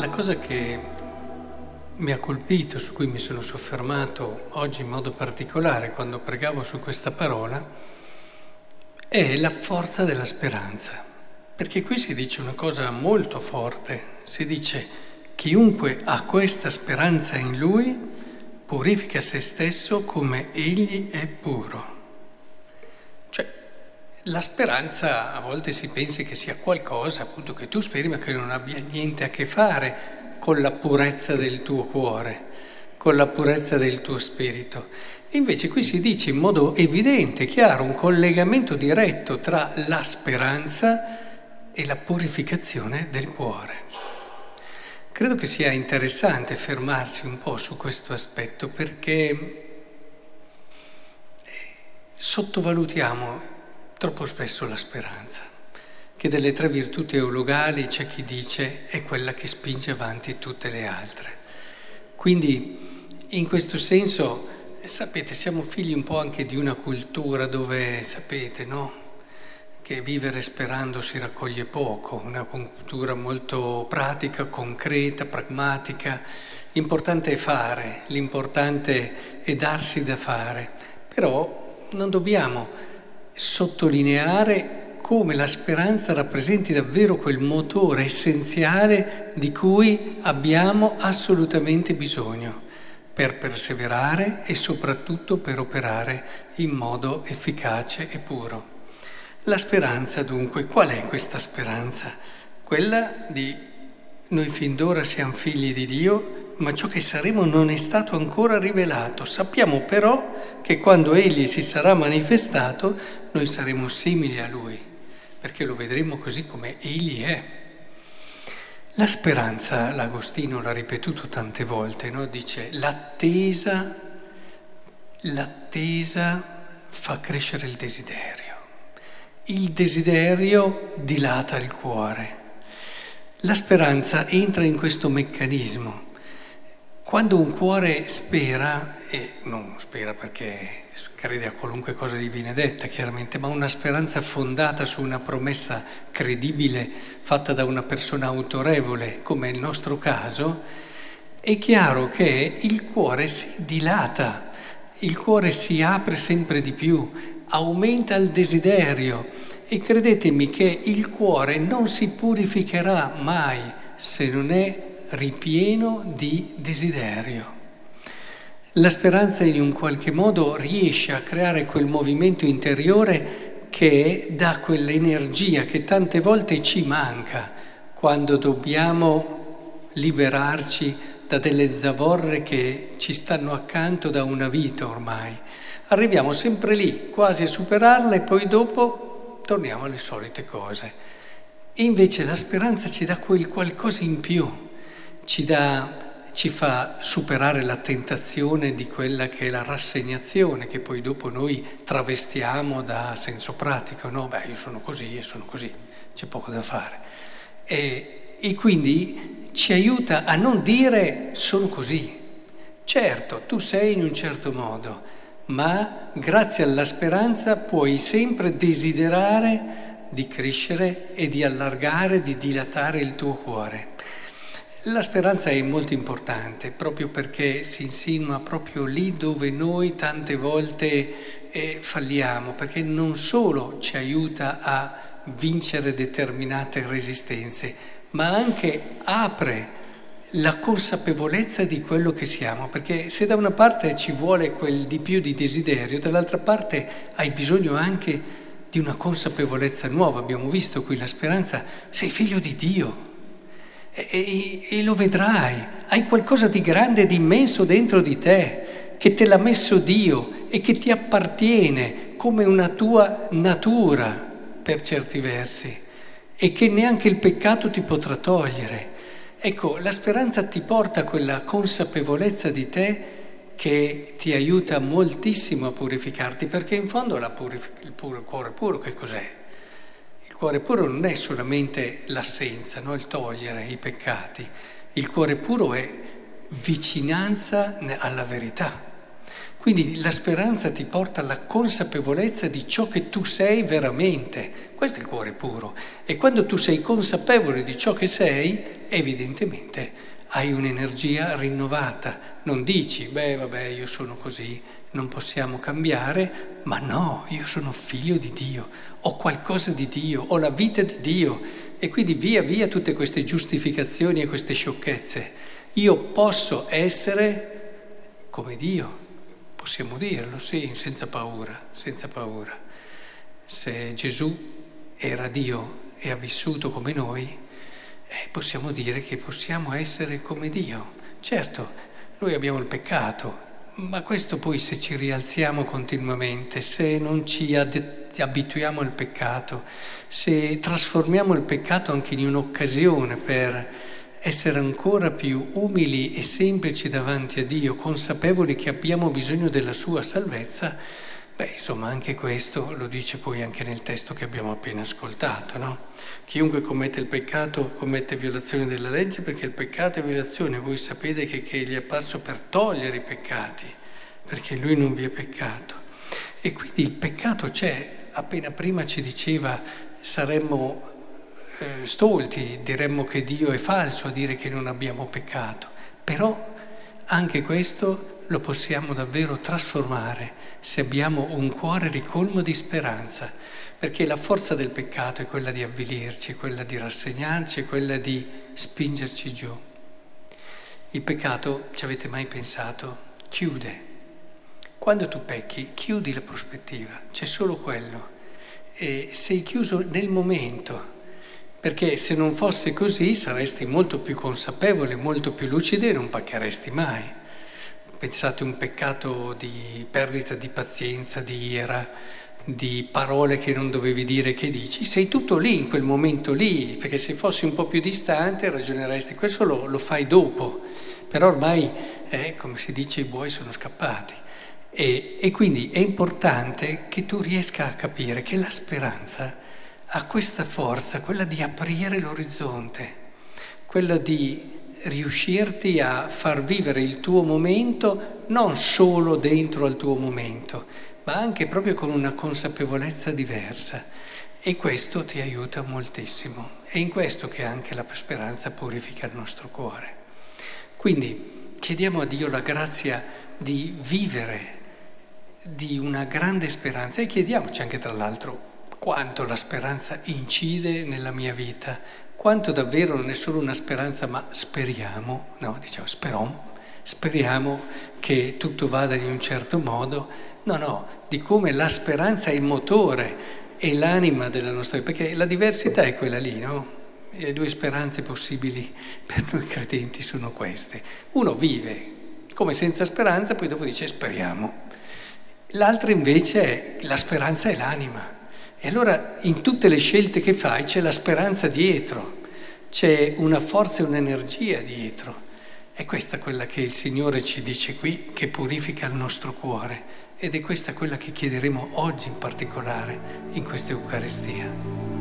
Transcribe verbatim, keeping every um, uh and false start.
La cosa che mi ha colpito, su cui mi sono soffermato oggi in modo particolare quando pregavo su questa parola, è la forza della speranza. Perché qui si dice una cosa molto forte, si dice: chiunque ha questa speranza in lui purifica se stesso come egli è puro. Cioè, la speranza a volte si pensa che sia qualcosa appunto che tu speri ma che non abbia niente a che fare con la purezza del tuo cuore, con la purezza del tuo spirito. E invece qui si dice in modo evidente, chiaro, un collegamento diretto tra la speranza e la purificazione del cuore. Credo che sia interessante fermarsi un po' su questo aspetto perché sottovalutiamo troppo spesso la speranza, che delle tre virtù teologali c'è chi dice è quella che spinge avanti tutte le altre. Quindi in questo senso, sapete, siamo figli un po' anche di una cultura dove, sapete, no? Che vivere sperando si raccoglie poco, una cultura molto pratica, concreta, pragmatica. L'importante è fare, l'importante è darsi da fare, però non dobbiamo sottolineare come la speranza rappresenti davvero quel motore essenziale di cui abbiamo assolutamente bisogno per perseverare e soprattutto per operare in modo efficace e puro. La speranza dunque, qual è questa speranza? Quella di noi fin d'ora siamo figli di Dio, ma ciò che saremo non è stato ancora rivelato. Sappiamo però che quando Egli si sarà manifestato, noi saremo simili a Lui, perché lo vedremo così come Egli è. La speranza, l'Agostino l'ha ripetuto tante volte, no? Dice l'attesa, l'attesa fa crescere il desiderio. Il desiderio dilata il cuore. La speranza entra in questo meccanismo. Quando un cuore spera, e non spera perché crede a qualunque cosa gli viene detta chiaramente, ma una speranza fondata su una promessa credibile fatta da una persona autorevole, come è il nostro caso, è chiaro che il cuore si dilata, il cuore si apre sempre di più, aumenta il desiderio e credetemi che il cuore non si purificherà mai se non è ripieno di desiderio. La speranza in un qualche modo riesce a creare quel movimento interiore che dà quell'energia che tante volte ci manca quando dobbiamo liberarci da delle zavorre che ci stanno accanto da una vita ormai. Arriviamo sempre lì, quasi a superarle, e poi dopo torniamo alle solite cose. E invece la speranza ci dà quel qualcosa in più, ci dà, ci fa superare la tentazione di quella che è la rassegnazione, che poi dopo noi travestiamo da senso pratico, no? Beh, io sono così e sono così, c'è poco da fare. E, e quindi ci aiuta a non dire sono così. Certo, tu sei in un certo modo, ma grazie alla speranza puoi sempre desiderare di crescere e di allargare, di dilatare il tuo cuore. La speranza è molto importante proprio perché si insinua proprio lì dove noi tante volte eh, falliamo, perché non solo ci aiuta a vincere determinate resistenze, ma anche apre la consapevolezza di quello che siamo, perché se da una parte ci vuole quel di più di desiderio, dall'altra parte hai bisogno anche di una consapevolezza nuova. Abbiamo visto qui la speranza, sei figlio di Dio. E, e, e lo vedrai, hai qualcosa di grande e di immenso dentro di te, che te l'ha messo Dio e che ti appartiene come una tua natura per certi versi e che neanche il peccato ti potrà togliere. Ecco, la speranza ti porta a quella consapevolezza di te che ti aiuta moltissimo a purificarti, perché in fondo la purific- il, puro, il cuore puro che cos'è? Il cuore puro non è solamente l'assenza, no? Il togliere i peccati. Il cuore puro è vicinanza alla verità. Quindi la speranza ti porta alla consapevolezza di ciò che tu sei veramente. Questo è il cuore puro. E quando tu sei consapevole di ciò che sei, evidentemente hai un'energia rinnovata. Non dici, beh, vabbè, io sono così, non possiamo cambiare, ma no, io sono figlio di Dio, ho qualcosa di Dio, ho la vita di Dio. E quindi via via tutte queste giustificazioni e queste sciocchezze. Io posso essere come Dio. Possiamo dirlo, sì, senza paura, senza paura. Se Gesù era Dio e ha vissuto come noi, eh, possiamo dire che possiamo essere come Dio. Certo, noi abbiamo il peccato, ma questo poi se ci rialziamo continuamente, se non ci ad- abituiamo al peccato, se trasformiamo il peccato anche in un'occasione per essere ancora più umili e semplici davanti a Dio, consapevoli che abbiamo bisogno della sua salvezza, beh, insomma, anche questo lo dice poi anche nel testo che abbiamo appena ascoltato, no? Chiunque commette il peccato commette violazione della legge, perché il peccato è violazione. Voi sapete che, che gli è apparso per togliere i peccati, perché in lui non vi è peccato. E quindi il peccato c'è. Appena prima ci diceva saremmo Eh, stolti, diremmo che Dio è falso a dire che non abbiamo peccato, però anche questo lo possiamo davvero trasformare se abbiamo un cuore ricolmo di speranza, perché la forza del peccato è quella di avvilirci, è quella di rassegnarci, è quella di spingerci giù. Il peccato, ci avete mai pensato, chiude. Quando tu pecchi, chiudi la prospettiva, c'è solo quello, e sei chiuso nel momento. Perché se non fosse così saresti molto più consapevole, molto più lucido e non peccheresti mai. Pensate a un peccato di perdita di pazienza, di ira, di parole che non dovevi dire che dici. Sei tutto lì, in quel momento lì, perché se fossi un po' più distante ragioneresti, questo lo, lo fai dopo. Però ormai, eh, come si dice, i buoi sono scappati. E, e quindi è importante che tu riesca a capire che la speranza ha questa forza, quella di aprire l'orizzonte, quella di riuscirti a far vivere il tuo momento non solo dentro al tuo momento, ma anche proprio con una consapevolezza diversa. E questo ti aiuta moltissimo. È in questo che anche la speranza purifica il nostro cuore. Quindi chiediamo a Dio la grazia di vivere di una grande speranza e chiediamoci anche tra l'altro quanto la speranza incide nella mia vita, quanto davvero non è solo una speranza, ma speriamo, no, diciamo sperom, speriamo che tutto vada in un certo modo, no, no, di come la speranza è il motore e l'anima della nostra vita, perché la diversità è quella lì, no? Le due speranze possibili per noi credenti sono queste. Uno vive come senza speranza, poi dopo dice speriamo. L'altra invece è la speranza è l'anima. E allora in tutte le scelte che fai c'è la speranza dietro, c'è una forza e un'energia dietro. È questa quella che il Signore ci dice qui, che purifica il nostro cuore. Ed è questa quella che chiederemo oggi in particolare in questa Eucaristia.